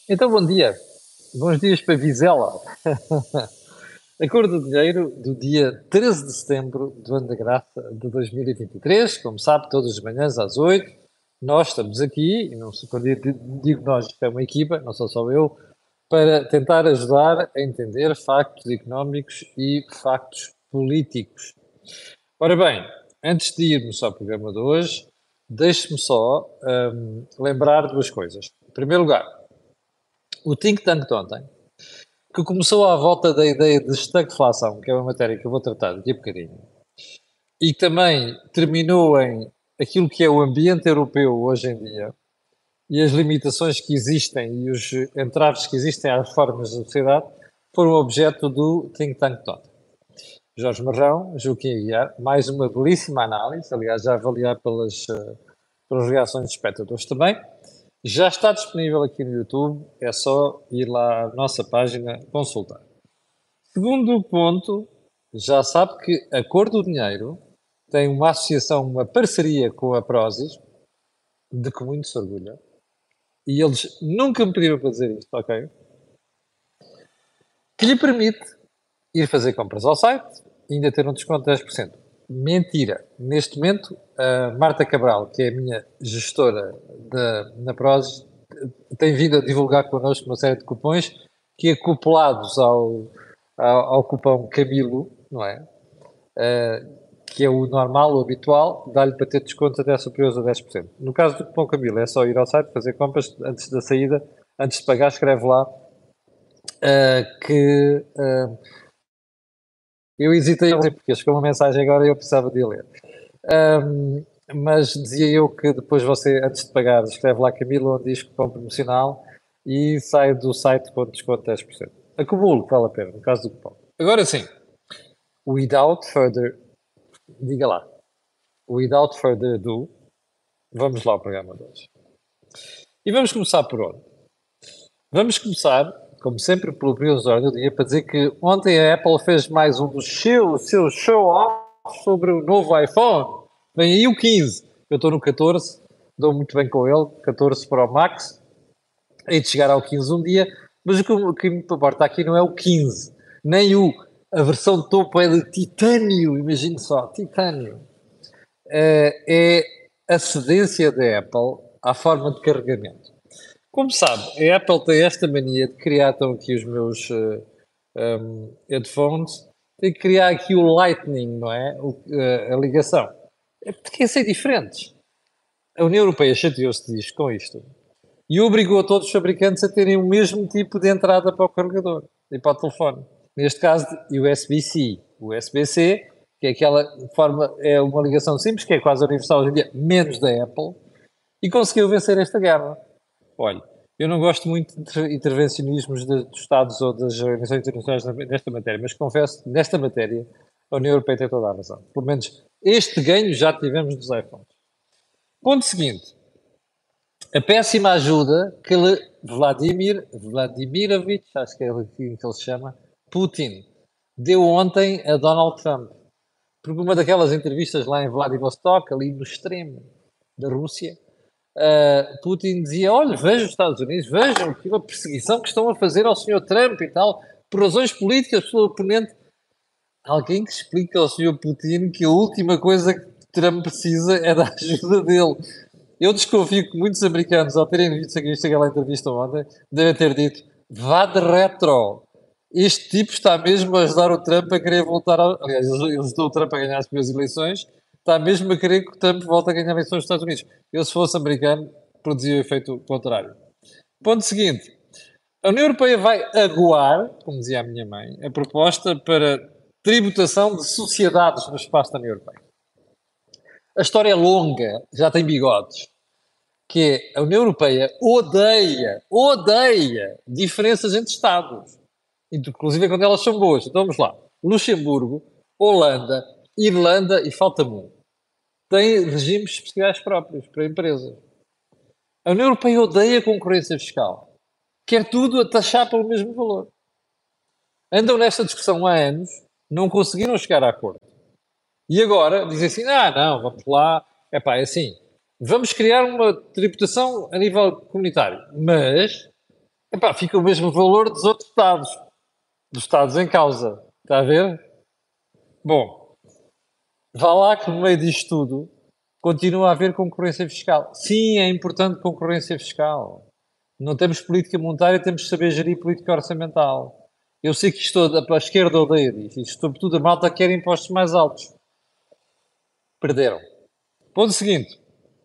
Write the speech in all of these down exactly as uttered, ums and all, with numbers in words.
Então, bom dia. Bons dias para Vizela. A cor do dinheiro do dia treze de setembro do ano da graça de dois mil e vinte e três. Como sabe, todas as manhãs às oito, nós estamos aqui, e não se quando eu digo nós, isto é uma equipa, não sou só eu, para tentar ajudar a entender factos económicos e factos políticos. Ora bem, antes de irmos ao programa de hoje, deixe-me só hum, lembrar duas coisas. Em primeiro lugar, o think tank de ontem, que começou à volta da ideia de estagflação, que é uma matéria que eu vou tratar daqui a bocadinho, e que também terminou em aquilo que é o ambiente europeu hoje em dia, e as limitações que existem e os entraves que existem às reformas da sociedade, foram objeto do think tank de ontem. Jorge Marrão, Joaquim Aguiar, mais uma belíssima análise, aliás, já avaliada pelas, eh, pelas reações dos espectadores também. Já está disponível aqui no YouTube, é só ir lá à nossa página consultar. Segundo ponto, já sabe que a Cor do Dinheiro tem uma associação, uma parceria com a Prozis, de que muito se orgulha, e eles nunca me pediram para dizer isto, ok? Que lhe permite ir fazer compras ao site e ainda ter um desconto de dez por cento. Mentira. Neste momento, a Marta Cabral, que é a minha gestora da, na Prozis, tem vindo a divulgar connosco uma série de cupons que, acoplados ao, ao, ao cupom Camilo, não é? Uh, que é o normal, o habitual, dá-lhe para ter descontos até superiores a dez por cento. No caso do cupom Camilo, é só ir ao site, fazer compras antes da saída, antes de pagar, escreve lá uh, que uh, eu hesitei porque chegou uma mensagem agora e eu precisava de ler. Um, mas dizia eu que depois você, antes de pagar, escreve lá Camilo, onde diz cupom promocional e sai do site com desconto de dez por cento. Acumulo, vale a pena, no caso do cupom. Agora sim, without further, diga lá, without further ado, vamos lá ao programa de hoje. E vamos começar por onde? Vamos começar, como sempre, pelo período de ordem do dia, para dizer que ontem a Apple fez mais um dos seus, seus show-offs sobre o novo iPhone. Vem aí o quinze. Eu estou no catorze, dou muito bem com ele, catorze Pro Max. Hei de chegar ao quinze um dia, mas o que, o que me importa aqui não é o quinze, nem o, a versão de topo é de titânio, imagine só, titânio. É, é a cedência da Apple à forma de carregamento. Como sabe, a Apple tem esta mania de criar, estão aqui os meus uh, um, headphones, tem que criar aqui o Lightning, não é? O, uh, a ligação. É porque quer ser diferentes. A União Europeia chateou-se disto com isto e obrigou todos os fabricantes a terem o mesmo tipo de entrada para o carregador e para o telefone. Neste caso, U S B-C. U S B-C, que é aquela forma, é uma ligação simples, que é quase universal hoje em dia, menos da Apple, e conseguiu vencer esta guerra. Olha, eu não gosto muito de intervencionismos de, dos Estados ou das organizações internacionais nesta matéria, mas confesso que nesta matéria a União Europeia tem toda a razão. Pelo menos este ganho já tivemos dos iPhones. Ponto seguinte. A péssima ajuda que ele, Vladimir Vladimirovich, acho que é assim que ele se chama, Putin, deu ontem a Donald Trump. Porque uma daquelas entrevistas lá em Vladivostok, ali no extremo da Rússia, uh, Putin dizia, olha, vejam os Estados Unidos, vejam a perseguição que estão a fazer ao senhor Trump e tal, por razões políticas, pelo oponente. Alguém que explique ao senhor Putin que a última coisa que Trump precisa é da ajuda dele. Eu desconfio que muitos americanos, ao terem visto aquela entrevista ontem, devem ter dito, vá de retro. Este tipo está mesmo a ajudar o Trump a querer voltar ao... Aliás, ele ajudou o Trump a ganhar as primeiras eleições, está mesmo a querer que o Trump volte a ganhar eleições nos Estados Unidos. Eu, se fosse americano, produzia o efeito contrário. Ponto seguinte. A União Europeia vai aguar, como dizia a minha mãe, a proposta para tributação de sociedades no espaço da União Europeia. A história é longa, já tem bigodes, que é a União Europeia odeia, odeia diferenças entre Estados, inclusive quando elas são boas. Então vamos lá. Luxemburgo, Holanda, Irlanda e falta-me um. Têm regimes especiais próprios para empresas. A União Europeia odeia a concorrência fiscal. Quer tudo a taxar pelo mesmo valor. Andam nesta discussão há anos, não conseguiram chegar a acordo. E agora dizem assim, ah, não, vamos lá, epá, é assim, vamos criar uma tributação a nível comunitário, mas Epá, fica o mesmo valor dos outros Estados, dos Estados em causa. Está a ver? Bom, vá lá que no meio disto tudo continua a haver concorrência fiscal. Sim, é importante concorrência fiscal. Não temos política monetária, temos de saber gerir política orçamental. Eu sei que isto para a esquerda odeia disto, isto sobretudo a malta quer impostos mais altos. Perderam. Ponto seguinte.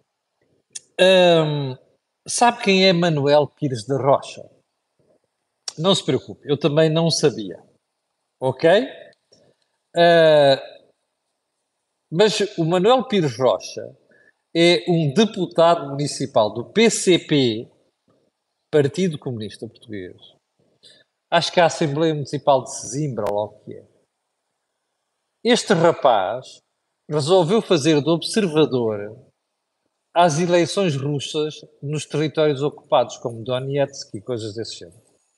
Hum, sabe quem é Manuel Pires da Rocha? Não se preocupe, eu também não sabia. Ok? Uh, mas o Manuel Pires Rocha é um deputado municipal do P C P, Partido Comunista Português. Acho que é a Assembleia Municipal de Sesimbra, ou lá o que é. Este rapaz resolveu fazer de observador às eleições russas nos territórios ocupados, como Donetsk e coisas desse género.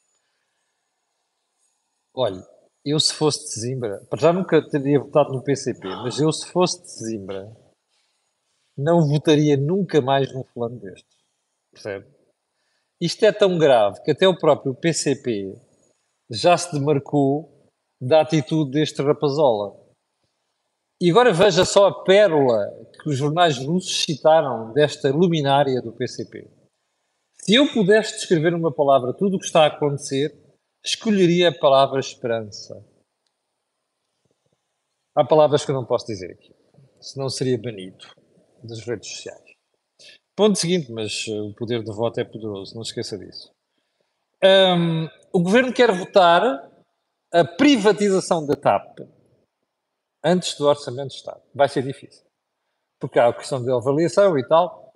Olha, eu se fosse de Sesimbra, para já nunca teria votado no P C P, mas eu se fosse de Sesimbra, não votaria nunca mais num fulano destes. Percebe? Isto é tão grave que até o próprio P C P já se demarcou da atitude deste rapazola. E agora veja só a pérola que os jornais russos citaram desta luminária do P C P. Se eu pudesse descrever numa palavra tudo o que está a acontecer, escolheria a palavra esperança. Há palavras que eu não posso dizer aqui, senão seria banido das redes sociais. Ponto seguinte, mas o poder do voto é poderoso, não esqueça disso. Um, o governo quer votar a privatização da T A P antes do Orçamento de Estado. Vai ser difícil, porque há a questão de avaliação e tal.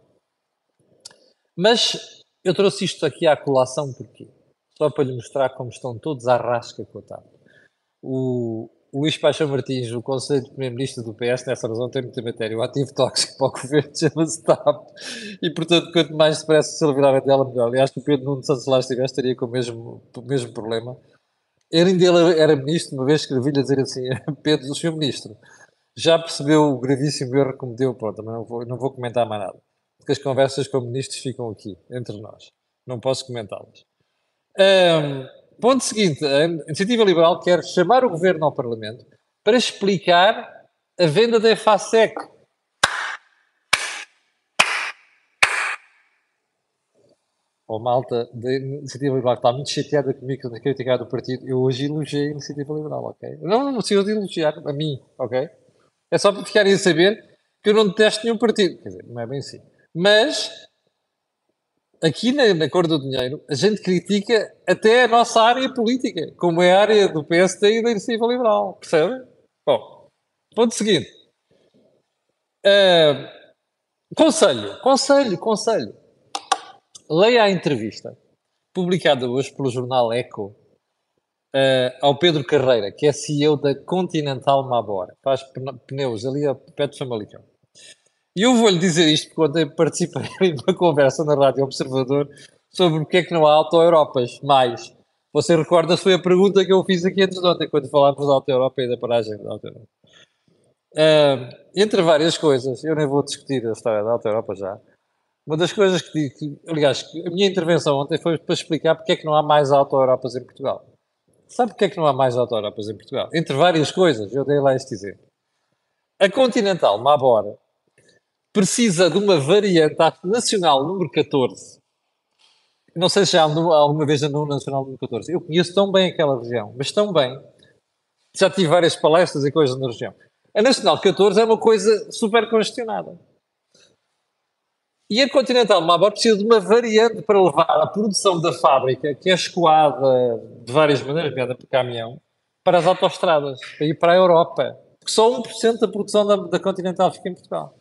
Mas eu trouxe isto aqui à colação porquê? Só para lhe mostrar como estão todos à rasca com a T A P. O, o Luís Paixão Martins, o Conselho de Primeiro-Ministro do P S, nessa razão tem muita matéria. O ativo tóxico para o governo chama-se T A P. E, portanto, quanto mais depressa se livrarem dela, melhor. Aliás, que o Pedro Nuno Santos lá estivesse, estaria com o mesmo, o mesmo problema. Ele ainda ele era ministro, uma vez escrevi-lhe a dizer assim, Pedro, o senhor ministro, já percebeu o gravíssimo erro que cometeu? Pronto, também não vou, não vou comentar mais nada. Porque as conversas com ministros ficam aqui, entre nós. Não posso comentá-las. Um, ponto seguinte, a Iniciativa Liberal quer chamar o Governo ao Parlamento para explicar a venda da EFASEC. Ou oh, malta da Iniciativa Liberal que está muito chateada comigo na crítica do partido, eu hoje elogiei a Iniciativa Liberal, ok? Não, não preciso de elogiar a mim, ok? É só para ficarem a saber que eu não detesto nenhum partido. Quer dizer, não é bem assim. Mas, aqui na, na cor do dinheiro, a gente critica até a nossa área política, como é a área do P S D e da Iniciativa Liberal. Percebe? Bom, ponto seguinte. Uh, conselho, conselho, conselho. Leia a entrevista, publicada hoje pelo jornal Eco, uh, ao Pedro Carreira, que é C E O da Continental Mabor. Faz pneus ali a pé de Famalicão. E eu vou-lhe dizer isto porque ontem participei em uma conversa na Rádio Observador sobre porque é que não há auto-Europas mais. Você recorda-se, foi a pergunta que eu fiz aqui antes de ontem, quando falámos da auto-Europa e da paragem da auto-Europa. Uh, entre várias coisas, eu nem vou discutir a história da auto-Europa já. Uma das coisas que, que, aliás, a minha intervenção ontem foi para explicar porque é que não há mais auto-Europas em Portugal. Sabe porque é que não há mais auto-Europas em Portugal? Entre várias coisas, eu dei lá este exemplo. A Continental Mabor precisa de uma variante nacional número catorze. Não sei se já alguma vez andou no nacional número catorze. Eu conheço tão bem aquela região, mas tão bem. Já tive várias palestras e coisas na região. A nacional catorze é uma coisa super congestionada. E a Continental Mabor precisa de uma variante para levar a produção da fábrica, que é escoada de várias maneiras, nomeada por caminhão, para as autoestradas, para ir para a Europa. Porque só um por cento da produção da, da Continental fica em Portugal.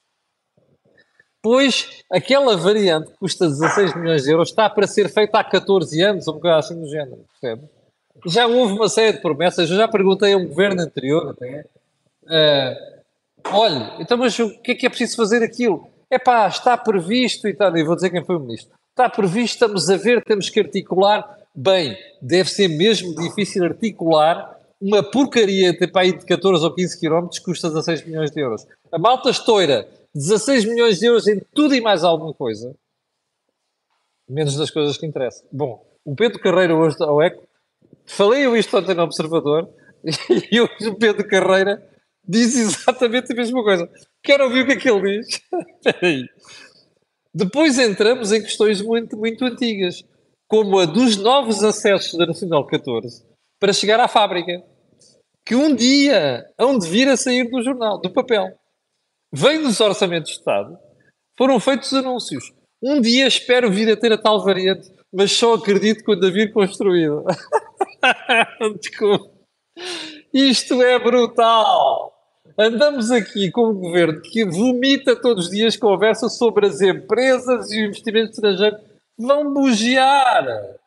Pois, aquela variante que custa dezasseis milhões de euros está para ser feita há catorze anos, ou um bocado assim do género, percebe? Já houve uma série de promessas, eu já perguntei a um governo anterior até, uh, olha, então mas o que é que é preciso fazer aquilo? É pá, está previsto e tal, e vou dizer quem foi o ministro, está previsto, estamos a ver, temos que articular, bem, deve ser mesmo difícil articular uma porcaria de, pá, de catorze ou quinze quilómetros que custa dezasseis milhões de euros. A malta estoura dezasseis milhões de euros em tudo e mais alguma coisa, menos das coisas que interessam. Bom, O Pedro Carreira hoje ao Eco, falei eu isto ontem no Observador, e hoje o Pedro Carreira diz exatamente a mesma coisa. Quero ouvir o que é que ele diz. Espera aí. Depois entramos em questões muito, muito antigas, como a dos novos acessos da Nacional catorze para chegar à fábrica, que um dia hão de vir a sair do jornal, do papel. Vem nos orçamentos de Estado, foram feitos anúncios. Um dia espero vir a ter a tal variante, mas só acredito quando a vir construída. Desculpa. Isto é brutal! Andamos aqui com um governo que vomita todos os dias conversa sobre as empresas e o investimento estrangeiro. Vão bugiar!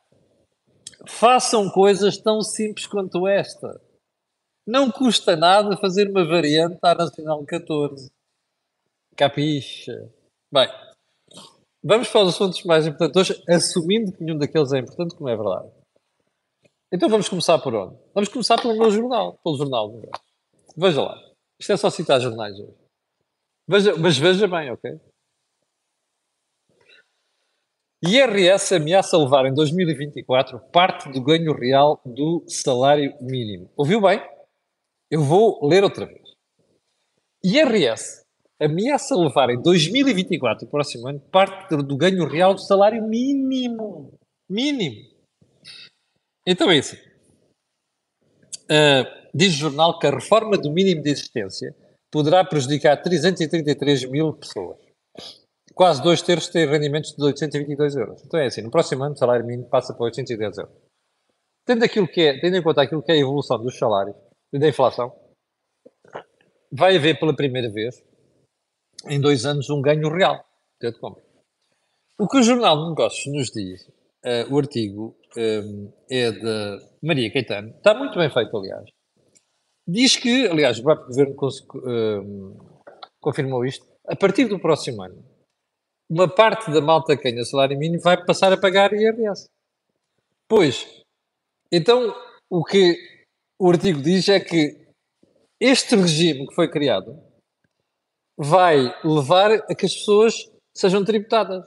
Façam coisas tão simples quanto esta. Não custa nada fazer uma variante à Nacional catorze. Capixa? Bem, vamos para os assuntos mais importantes hoje, assumindo que nenhum daqueles é importante, como é verdade. Então vamos começar por onde? Vamos começar pelo meu jornal, pelo jornal. Veja lá. Isto é só citar jornais hoje. Veja, mas veja bem, ok? I R S ameaça levar em dois mil e vinte e quatro parte do ganho real do salário mínimo. Ouviu bem? Eu vou ler outra vez. I R S ameaça levar em dois mil e vinte e quatro, o próximo ano, parte do ganho real do salário mínimo. Mínimo. Então é isso. Uh, diz o jornal que a reforma do mínimo de existência poderá prejudicar trezentos e trinta e três mil pessoas. Quase dois terços têm rendimentos de oitocentos e vinte e dois euros. Então é assim, no próximo ano o salário mínimo passa para oitocentos e dez euros. Tendo, aquilo que é, tendo em conta aquilo que é a evolução dos salários e da inflação, vai haver pela primeira vez, em dois anos, um ganho real de compra. O que o Jornal de Negócios nos diz, uh, o artigo um, é de Maria Caetano, está muito bem feito, aliás. Diz que, aliás, o próprio governo um, confirmou isto, a partir do próximo ano, uma parte da malta que ganha salário mínimo vai passar a pagar I R S. Pois, então, o que o artigo diz é que este regime que foi criado vai levar a que as pessoas sejam tributadas.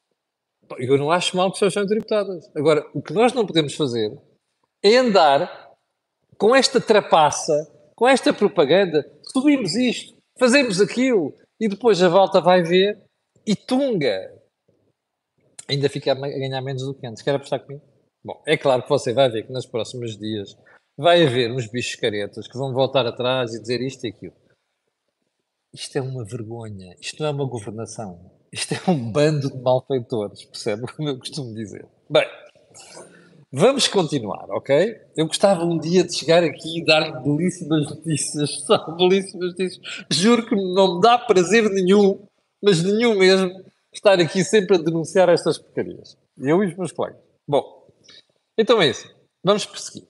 Eu não acho mal que as pessoas sejam tributadas. Agora, o que nós não podemos fazer é andar com esta trapaça, com esta propaganda, subimos isto, fazemos aquilo, e depois a volta vai ver e tunga. Ainda fica a ganhar menos do que antes. Quer apostar comigo? Bom, é claro que você vai ver que nos próximos dias vai haver uns bichos caretas que vão voltar atrás e dizer isto e aquilo. Isto é uma vergonha. Isto não é uma governação. Isto é um bando de malfeitores, percebe? Como eu costumo dizer. Bem, vamos continuar, ok? Eu gostava um dia de chegar aqui e dar-lhe belíssimas notícias. São belíssimas notícias. Juro que não me dá prazer nenhum, mas nenhum mesmo, estar aqui sempre a denunciar estas porcarias. Eu e os meus colegas. Bom, então é isso. Vamos prosseguir.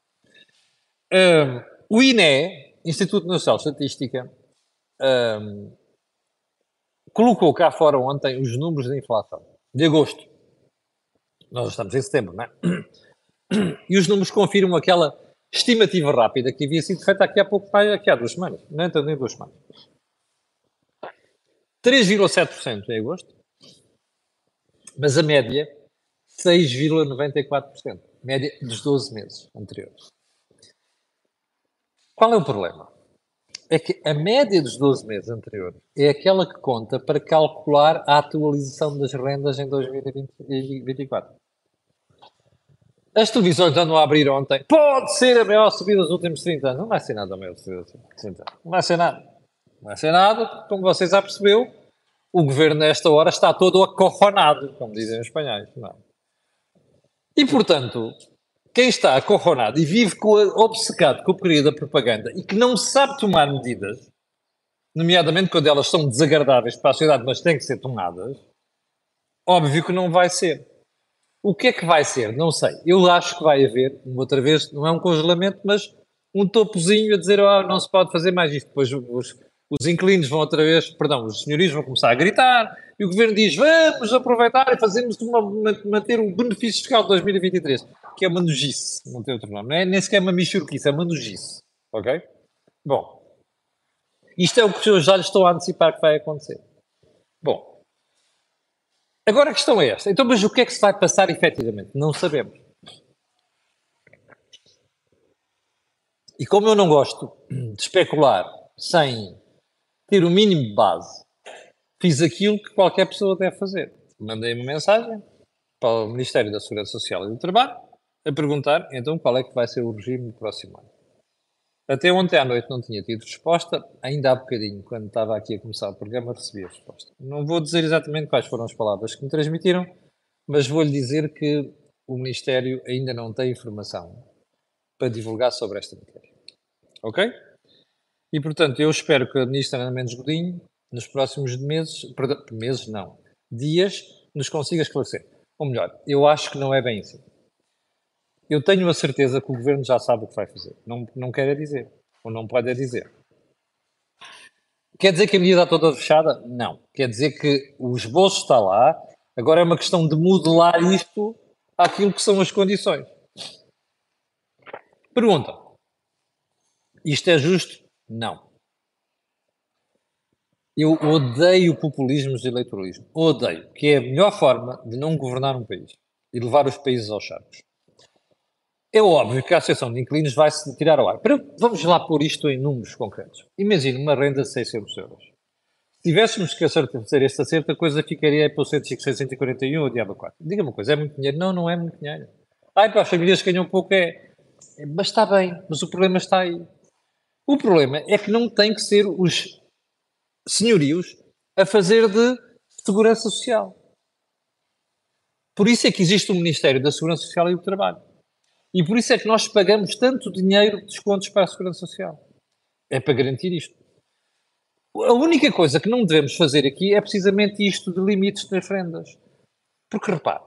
Um, o I N E, Instituto Nacional de Estatística, um, colocou cá fora ontem os números da inflação de agosto. Nós estamos em setembro, não é? E os números confirmam aquela estimativa rápida que havia sido feita aqui há pouco, aqui há duas semanas. Não entendo nem duas semanas. três vírgula sete por cento em agosto, mas a média seis vírgula noventa e quatro por cento. Média dos doze meses anteriores. Qual é o problema? É que a média dos doze meses anteriores é aquela que conta para calcular a atualização das rendas em dois mil e vinte e quatro. As televisões andam a abrir ontem. Pode ser a maior subida dos últimos trinta anos. Não vai ser nada a maior subida dos últimos trinta anos. Não vai ser nada. Não vai ser nada, porque, como vocês já percebeu, o governo nesta hora está todo acorronado, como dizem os espanhóis. Não. E, portanto, quem está acorronado e vive com a, obcecado com a porcaria da propaganda e que não sabe tomar medidas, nomeadamente quando elas são desagradáveis para a sociedade, mas têm que ser tomadas, óbvio que não vai ser. O que é que vai ser? Não sei. Eu acho que vai haver, outra vez, não é um congelamento, mas um topozinho a dizer, oh, não se pode fazer mais isto. Depois os, os inquilinos vão outra vez, perdão, os senhorios vão começar a gritar, e o governo diz, vamos aproveitar e fazermos uma, manter o benefício fiscal de dois mil e vinte e três, que é uma nojice, não tem outro nome. Não é nem sequer uma michurquice, é uma nojice. Ok? Bom. Isto é o que eu já lhe estou a antecipar que vai acontecer. Bom. Agora a questão é esta. Então, mas o que é que se vai passar efetivamente? Não sabemos. E como eu não gosto de especular sem ter o mínimo de base, fiz aquilo que qualquer pessoa deve fazer. Mandei uma mensagem para o Ministério da Segurança Social e do Trabalho a perguntar, então, qual é que vai ser o regime no próximo ano. Até ontem à noite não tinha tido resposta, ainda há bocadinho, quando estava aqui a começar o programa, recebi a resposta. Não vou dizer exatamente quais foram as palavras que me transmitiram, mas vou-lhe dizer que o Ministério ainda não tem informação para divulgar sobre esta matéria. Ok? E, portanto, eu espero que a Ministra Ana Mendes Godinho, nos próximos meses, perdão, meses não, dias, nos consiga esclarecer. Ou melhor, eu acho que não é bem assim. Eu tenho a certeza que o Governo já sabe o que vai fazer. Não, não quer dizer. Ou não pode dizer. Quer dizer que a medida está toda fechada? Não. Quer dizer que o esboço está lá. Agora é uma questão de modelar isto àquilo que são as condições. Pergunta. Isto é justo? Não. Eu odeio populismos e eleitoralismo. Odeio. Que é a melhor forma de não governar um país e levar os países aos charcos. É óbvio que a Associação de Inquilinos vai-se tirar ao ar. Para, vamos lá pôr isto em números concretos. Imagine uma renda de seiscentos euros. Se tivéssemos que acertar, fazer este acerto, a coisa ficaria aí para os seiscentos e quarenta e um ou diabo quatro. Diga-me uma coisa, é muito dinheiro? Não, não é muito dinheiro. Ai, para as famílias que ganham pouco é... é... Mas está bem, mas o problema está aí. O problema é que não tem que ser os senhorios a fazer de segurança social. Por isso é que existe o Ministério da Segurança Social e do Trabalho. E por isso é que nós pagamos tanto dinheiro de descontos para a Segurança Social. É para garantir isto. A única coisa que não devemos fazer aqui é precisamente isto de limites nas rendas. Porque, repare,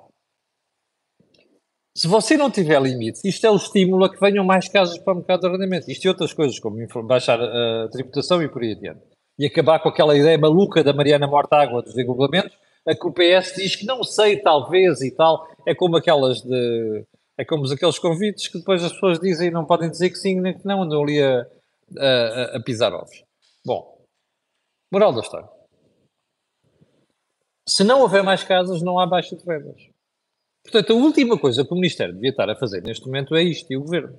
se você não tiver limites, isto é o estímulo a que venham mais casas para o mercado de arrendamento. Isto e outras coisas, como baixar a tributação e por aí adiante. E acabar com aquela ideia maluca da Mariana Mortágua dos desregulamentos, a que o P S diz que não sei, talvez e tal. É como aquelas de... É como aqueles convites que depois as pessoas dizem e não podem dizer que sim nem que não, andam ali a, a, a pisar ovos. Bom, moral da história. Se não houver mais casas, não há baixa de rendas. Portanto, a última coisa que o Ministério devia estar a fazer neste momento é isto, e o Governo.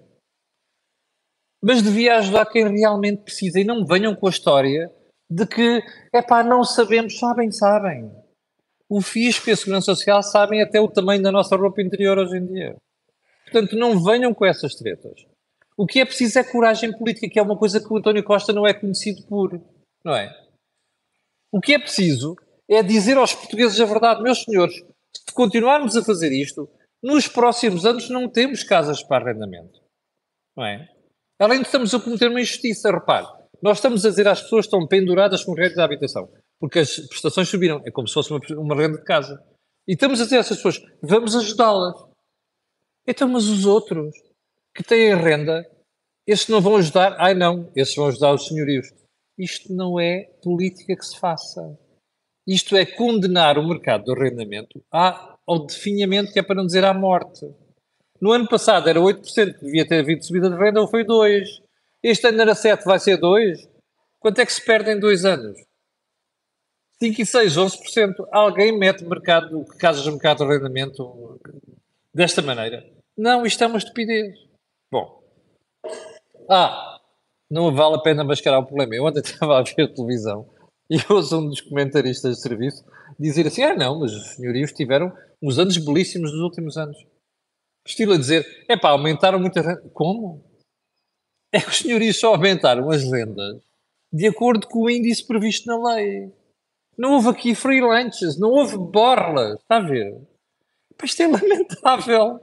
Mas devia ajudar quem realmente precisa, e não venham com a história de que, é pá, não sabemos, sabem, sabem. O Fisco e a Segurança Social sabem até o tamanho da nossa roupa interior hoje em dia. Portanto, não venham com essas tretas. O que é preciso é coragem política, que é uma coisa que o António Costa não é conhecido por, não é? O que é preciso é dizer aos portugueses a verdade. Meus senhores, se continuarmos a fazer isto, nos próximos anos não temos casas para arrendamento, não é? Além de estamos a cometer uma injustiça, repare, nós estamos a dizer às pessoas que estão penduradas com crédito de habitação, porque as prestações subiram, é como se fosse uma, uma renda de casa. E estamos a dizer a essas pessoas, vamos ajudá-las. Então, mas os outros que têm renda, esses não vão ajudar? Ai não, esses vão ajudar os senhorios. Isto não é política que se faça. Isto é condenar o mercado do arrendamento ao definhamento, que é para não dizer à morte. No ano passado era oito por cento que devia ter havido subida de renda, ou foi dois por cento. Este ano era sete por cento, vai ser dois por cento. Quanto é que se perde em dois anos? cinco e seis, onze por cento. Alguém mete mercado, casas de mercado de arrendamento desta maneira? Não, isto é uma estupidez. Bom. Ah, não vale a pena mascarar o problema. Eu ontem estava a ver televisão e ouço um dos comentaristas de serviço dizer assim, ah não, mas os senhorios tiveram uns anos belíssimos nos últimos anos. Estilo a dizer, é pá, aumentaram muito a renda. Como? É que os senhorios só aumentaram as rendas de acordo com o índice previsto na lei. Não houve aqui free lunches, não houve borlas, está a ver? Pá, isto é lamentável.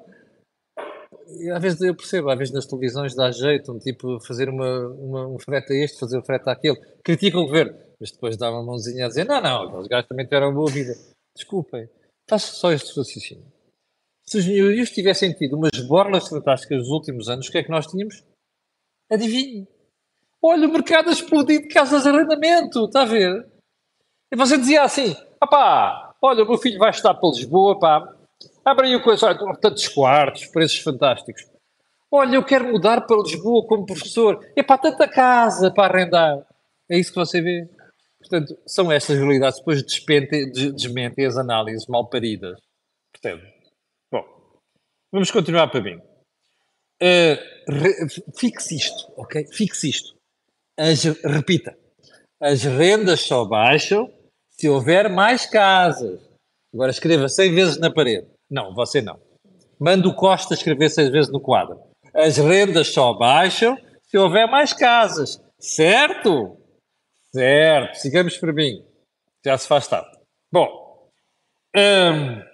E às vezes eu percebo, às vezes nas televisões dá jeito, um tipo fazer uma, uma, um frete a este, fazer um frete àquele, critica o governo, mas depois dá uma mãozinha a dizer, não, não, os gajos também tiveram boa vida. Desculpem, faço só este raciocínio. Se os senhorios tivessem tido umas borlas fantásticas nos últimos anos, o que é que nós tínhamos? Adivinhe. Olha, o mercado a explodir de casas de arrendamento, está a ver? E você dizia assim, pá, olha, o meu filho vai estudar para Lisboa, pá, abre aí o coisa, olha, tantos quartos, preços fantásticos. Olha, eu quero mudar para Lisboa como professor. É para tanta casa para arrendar. É isso que você vê. Portanto, são estas realidades, depois despentem, des- desmentem as análises mal paridas. Percebe? Bom, vamos continuar para mim. Uh, re- fixe isto, ok? Fixe isto. As, repita. As rendas só baixam se houver mais casas. Agora escreva cem vezes na parede. Não, você não. Manda o Costa escrever seis vezes no quadro. As rendas só baixam se houver mais casas. Certo? Certo. Sigamos para mim. Já se faz tarde. Bom. hum,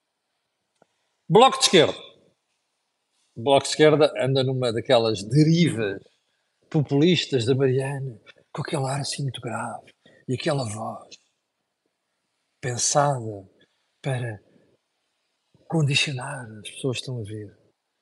Bloco de esquerda. O Bloco de esquerda anda numa daquelas derivas populistas da Mariana, com aquele ar assim muito grave e aquela voz pensada para condicionar as pessoas que estão a ver.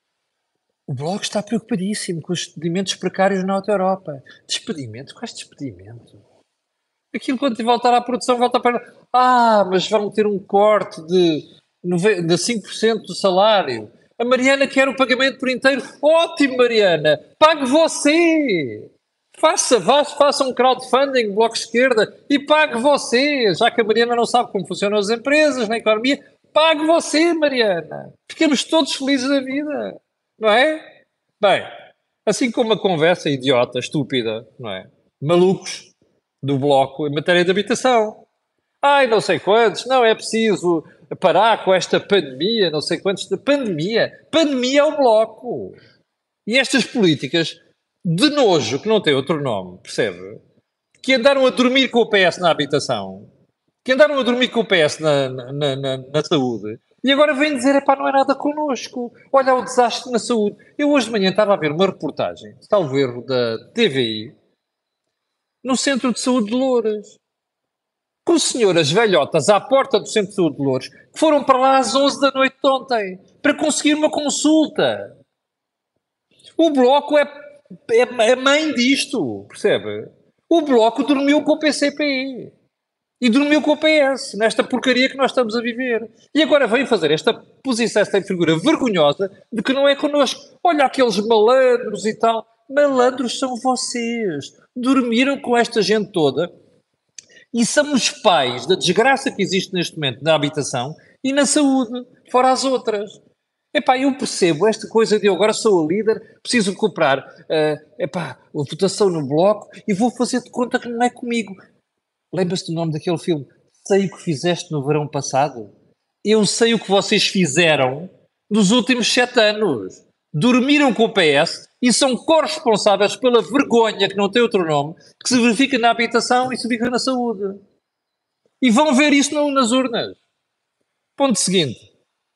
O Bloco está preocupadíssimo com os despedimentos precários na Alta Europa. Despedimentos? Quais despedimentos? Aquilo quando te voltar à produção volta para... Ah, mas vão ter um corte de, nove- de cinco por cento do salário. A Mariana quer o pagamento por inteiro. Ótimo, Mariana! Pague você! Faça, vá, faça um crowdfunding, Bloco de Esquerda, e pague você, já que a Mariana não sabe como funcionam as empresas na economia. Pague você, Mariana! Ficamos todos felizes da vida, não é? Bem, assim como uma conversa idiota, estúpida, não é? Malucos do Bloco em matéria de habitação. Ai, não sei quantos, não é preciso parar com esta pandemia, não sei quantos. Pandemia? Pandemia é o Bloco. E estas políticas de nojo, que não tem outro nome, percebe? Que andaram a dormir com o P S na habitação, que andaram a dormir com o P S na, na, na, na saúde, e agora vêm dizer, epá, não é nada connosco. Olha o desastre na saúde. Eu hoje de manhã estava a ver uma reportagem, salvo erro, da T V I, no Centro de Saúde de Loures, com senhoras velhotas à porta do Centro de Saúde de Loures, que foram para lá às onze da noite de ontem, para conseguir uma consulta. O Bloco é, é, é mãe disto, percebe? O Bloco dormiu com o P C P e dormiu com o P S, nesta porcaria que nós estamos a viver. E agora vem fazer esta posição, esta figura vergonhosa de que não é connosco. Olha aqueles malandros e tal. Malandros são vocês. Dormiram com esta gente toda e são os pais da desgraça que existe neste momento na habitação e na saúde, fora as outras. Epá, eu percebo esta coisa de eu agora sou a líder, preciso recuperar uh, epá, a votação no Bloco e vou fazer de conta que não é comigo. Lembra-se do nome daquele filme? Sei o que fizeste no verão passado. Eu sei o que vocês fizeram nos últimos sete anos. Dormiram com o P S e são corresponsáveis pela vergonha, que não tem outro nome, que se verifica na habitação e se verifica na saúde. E vão ver isso no, nas urnas. Ponto seguinte.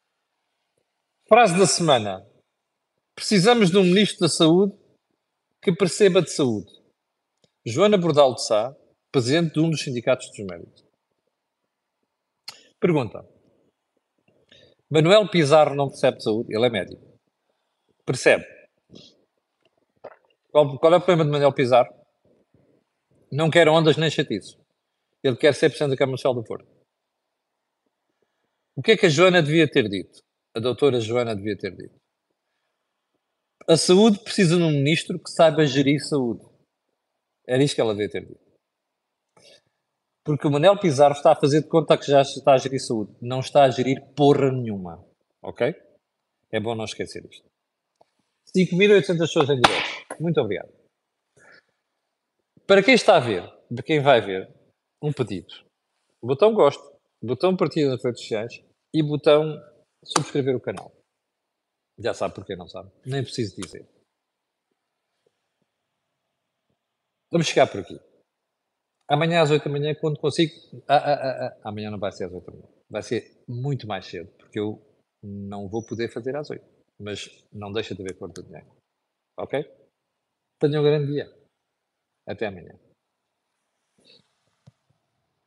Frase da semana. Precisamos de um Ministro da Saúde que perceba de saúde. Joana Bordal de Sá, presidente de um dos sindicatos dos médicos. Pergunta. Manuel Pizarro não percebe de saúde? Ele é médico. Percebe. Qual, qual é o problema de Manuel Pizarro? Não quer ondas nem chatices. Ele quer ser presidente da Câmara Municipal do Porto. O que é que a Joana devia ter dito? A doutora Joana devia ter dito. A saúde precisa de um ministro que saiba gerir saúde. Era isto que ela devia ter dito. Porque o Manuel Pizarro está a fazer de conta que já está a gerir saúde. Não está a gerir porra nenhuma. Ok? É bom não esquecer isto. cinco mil e oitocentas pessoas em direto. Muito obrigado. Para quem está a ver, de quem vai ver, um pedido. Botão gosto, botão partilha nas redes sociais e botão subscrever o canal. Já sabe porque não sabe. Nem preciso dizer. Vamos chegar por aqui. Amanhã às oito da manhã, quando consigo... Ah, ah, ah, ah. Amanhã não vai ser às oito da manhã. Vai ser muito mais cedo, porque eu não vou poder fazer às oito. Mas não deixa de haver cor do dinheiro. Ok? Tenha um grande dia. Até amanhã.